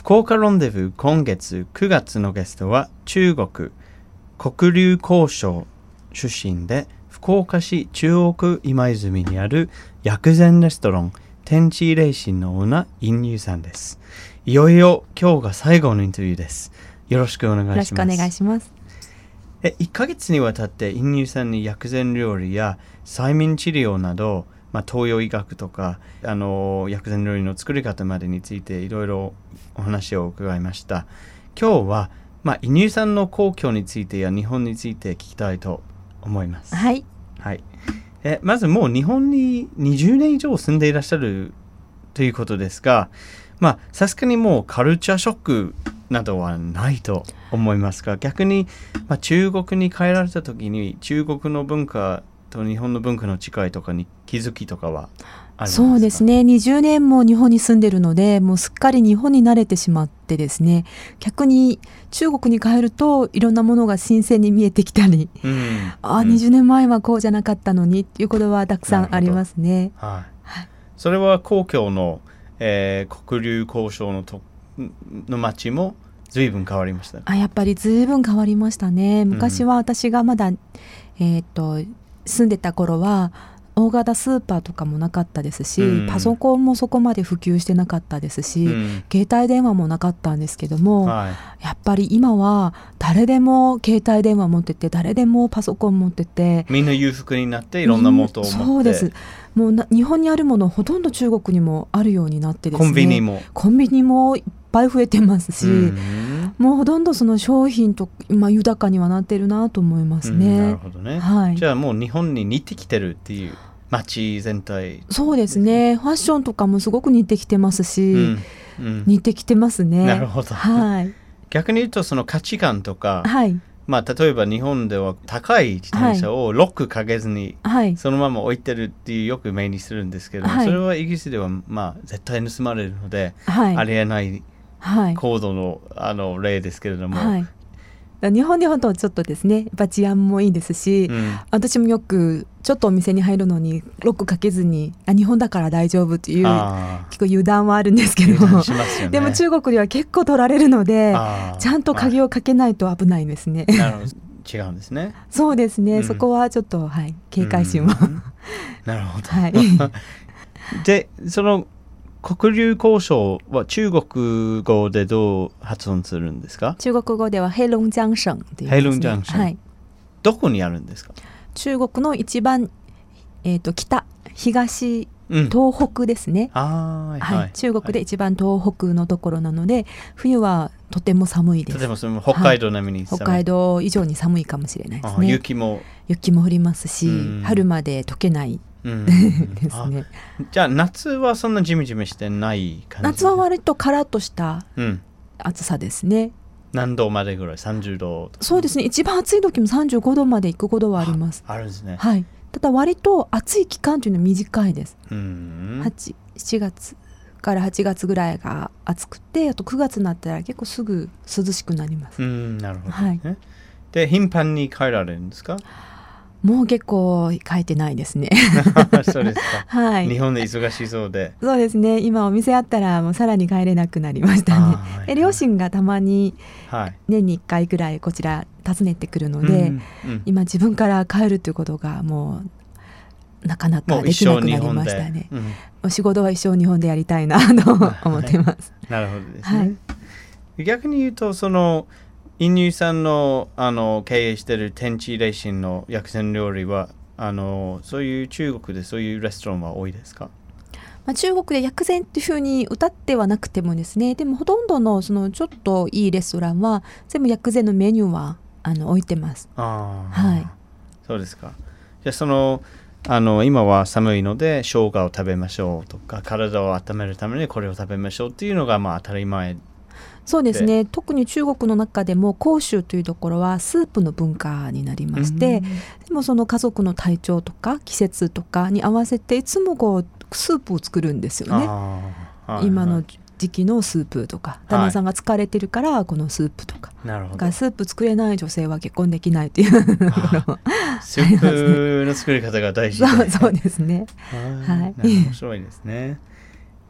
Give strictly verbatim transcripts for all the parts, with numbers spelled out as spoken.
福岡ロンデブー今月くがつのゲストは中国黒竜江省出身で福岡市中央区今泉にある薬膳レストラン天地霊心のオーナーインニューさんです。いよいよ今日が最後のインタビューです。よろしくお願いします。 よろしくお願いします。 えいっかげつにわたってインニューさんに薬膳料理や催眠治療など、まあ、東洋医学とかあの薬膳料理の作り方までについていろいろお話を伺いました。今日は、まあ、インニューさんの故郷についてや日本について聞きたいと思います。 はい、 はい、えまずもう日本ににじゅうねん以上住んでいらっしゃるということですが、まあさすがにもうカルチャーショックなどはないと思いますが、逆に、まあ、中国に帰られた時に中国の文化と日本の文化の違いとかに気づきとかはありますか？ そうですね、にじゅうねんも日本に住んでるのでもうすっかり日本に慣れてしまってですね、逆に中国に帰るといろんなものが新鮮に見えてきたり、うん、あ、うん、にじゅうねんまえはこうじゃなかったのにっていうことはたくさんありますね。 はいはい、それは故郷の、えー、黒竜江省のとの町も随分変わりました。 あ、やっぱり随分変わりましたね。昔は私がまだ、うん、えー、っと住んでた頃は大型スーパーとかもなかったですし、うん、パソコンもそこまで普及してなかったですし、うん、携帯電話もなかったんですけども、はい、やっぱり今は誰でも携帯電話持ってて誰でもパソコン持っててみんな裕福になっていろんなものを持って、うん、 そうです。もうな日本にあるものほとんど中国にもあるようになってですね、 コンビニもコンビニもいっぱい増えてますし、うん、もうほとんどその商品と、まあ、豊かにはなってるなと思いますね。 うん、なるほどね、はい、じゃあもう日本に似てきてるっていう街全体。 そうですね、ファッションとかもすごく似てきてますし、うんうん、似てきてますね。 なるほど、はい、逆に言うとその価値観とか、はい、まあ、例えば日本では高い自転車をロックかけずにそのまま置いてるっていうよく目にするんですけど、はい、それはイギリスではまあ絶対盗まれるので、はい、ありえない高度 の, あの例ですけれども、はい、 日本で本当ちょっとですねやっぱ治安もいいですし、うん、私もよくちょっとお店に入るのにロックかけずにあ日本だから大丈夫という結構油断はあるんですけど、ね、でも中国では結構取られるのでちゃんと鍵をかけないと危ないですね。 なるほど、違うんですね。 そうですね、うん、そこはちょっと、はい、警戒心は、うん、 なるほど、 はい、 でその黒竜江省は中国語でどう発音するんですか？ 中国語では黑龍江省という、ね、 黑龍江省、はい、どこにあるんですか？ 中国の一番、えー、と北東、うん、東北ですね。あ、はいはい、中国で一番東北のところなので、はい、冬はとても寒いです。 とても北海道並みに寒い、 はい、北海道以上に寒いかもしれないですね。 雪も雪も降りますし、春まで溶けないうんですね。 じゃあ夏はそんなジメジメしてない感じ？ 夏は割とカラッとした暑さですね、うん、 何度までぐらい？さんじゅうどとか？ そうですね、一番暑い時もさんじゅうごどまで行くことはあります。 あ, あるんですね、 はい、ただ割と暑い期間というのは短いです。うん、はち、しちがつからはちがつぐらいが暑くて、あとくがつになったら結構すぐ涼しくなります。 うん、なるほど、ね、はい、で頻繁に帰られるんですか？ もう結構書いてないですね。 そうですか、はい、日本で忙しそうで。 そうですね、今お店あったらもうさらに帰れなくなりましたね。はいはい、両親がたまに年にいっかいぐらいこちら訪ねてくるので、はい、うんうん、今自分から帰るということがもうなかなかできなくなりましたね。うん、お仕事は一生日本でやりたいなと思ってます。 なるほどですね、はい、逆に言うとそのインニューさん の, あの経営している天地霊心の薬膳料理はあのそういう中国でそういうレストランは多いですか？ まあ、中国で薬膳っていうふうに歌ってはなくてもですね、でもほとんど の, そのちょっといいレストランは全部薬膳のメニューはあの置いてます。 あ、 はい、 そうですか。じゃあそのあの今は寒いので生姜を食べましょうとか体を温めるためにこれを食べましょうっていうのがまあ当たり前。 そうですね、特に中国の中でも広州というところはスープの文化になりまして、うん、でもその家族の体調とか季節とかに合わせていつもこうスープを作るんですよね。はい、今の時期のスープとか、旦那さんが疲れてるからこのスープとか、はい、だからスープ作れない女性は結婚できないっていうスープの作り方が大事で、 そう、そうですね、 はい、面白いですね。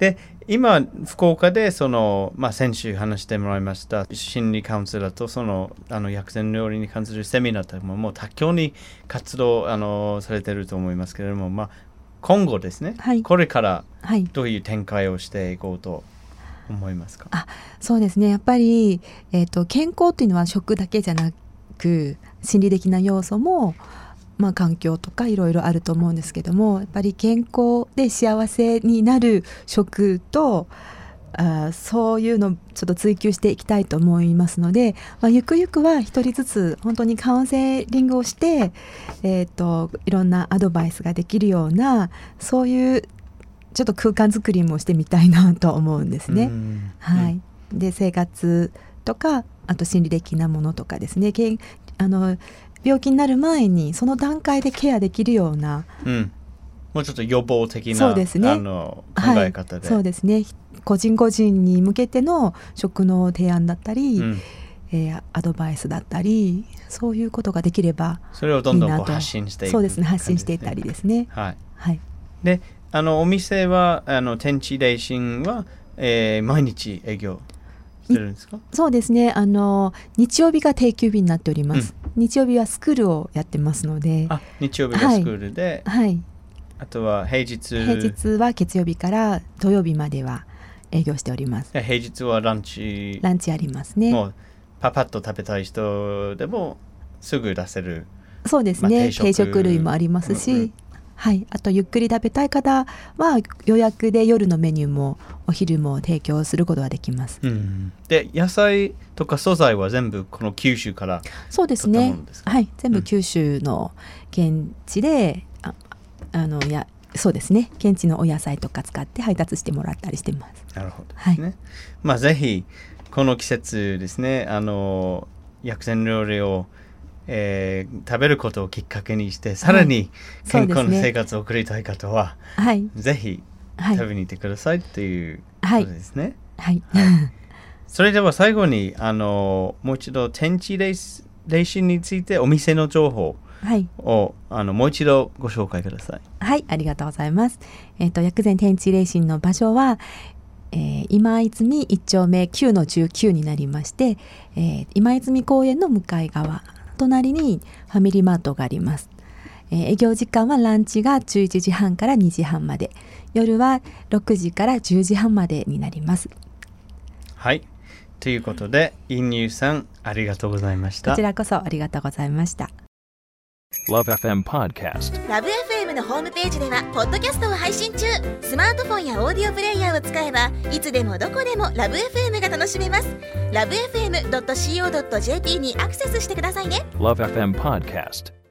で今福岡でその、まあ、先週話してもらいました心理カウンセラーとそのあの薬膳料理に関するセミナーとももう多岐に活動あのされていると思いますけれども、まあ、今後ですね、はい、これからどういう展開をしていこうと思いますか？ あ、そうですね、やっぱり、えーと、健康っていうのは食だけじゃなく心理的な要素もまあ、環境とかいろいろあると思うんですけども、やっぱり健康で幸せになる食とあそういうのをちょっと追求していきたいと思いますので、まあ、ゆくゆくは一人ずつ本当にカウンセリングをして、えーと、いろんなアドバイスができるようなそういうちょっと空間作りもしてみたいなと思うんですね。はい、で生活とかあと心理的なものとかですね、けあの病気になる前にその段階でケアできるような、 うん、もうちょっと予防的なそうですね、 あの考え方で、 はい、そうですね、個人個人に向けての食の提案だったり、うんえー、アドバイスだったりそういうことができればいいなと。 それをどんどんこう発信していく、 そうですね、発信していったりですね。 はいはい、 であのお店はあの天地霊心は、えー、毎日営業してるんですか？ そうですね、あの日曜日が定休日になっております、うん、日曜日はスクールをやってますので。 あ、日曜日がスクールで、 はい、はい、 あとは平日平日は月曜日から土曜日までは営業しております。 平日はランチランチありますね。 もうパパッと食べたい人でもすぐ出せる。 そうですね、まあ、定食、定食類もありますし、うんうん、はい、あとゆっくり食べたい方は予約で夜のメニューもお昼も提供することができます、 うん、で野菜とか素材は全部この九州からそうですね、はい、全部九州の現地で、うん、ああのやそうですね、現地のお野菜とか使って配達してもらったりしてます。 なるほどですね、はい、まあぜひこの季節ですね、あの薬膳料理をえー、食べることをきっかけにしてさらに健康な生活を送りたい方は、はい、ぜひ食べに行ってくださいということですね。 はいはいはい、 それでは最後にあのもう一度天地霊心についてお店の情報を、はい、あのもう一度ご紹介ください。 はい、ありがとうございます。えーと、薬膳天地霊心の場所はえー、今泉いっ丁目きゅうのじゅうきゅうになりまして、えー、今泉公園の向かい側隣にファミリーマートがあります、えー、営業時間はランチがじゅういちじはんからにじはんまで、夜はろくじからじゅうじはんまでになります。 はい、ということでインニューさんありがとうございました。 こちらこそありがとうございました。 ラブ エフエム Podcast。 ラブ エフエム のホームページではポッドキャストを配信中。スマートフォンやオーディオプレイヤーを使えばいつでもどこでもラブ エフエム が楽しめます。ラブ エフエムドットシーオードットジェーピー にアクセスしてくださいね。 ラブ エフエム Podcast。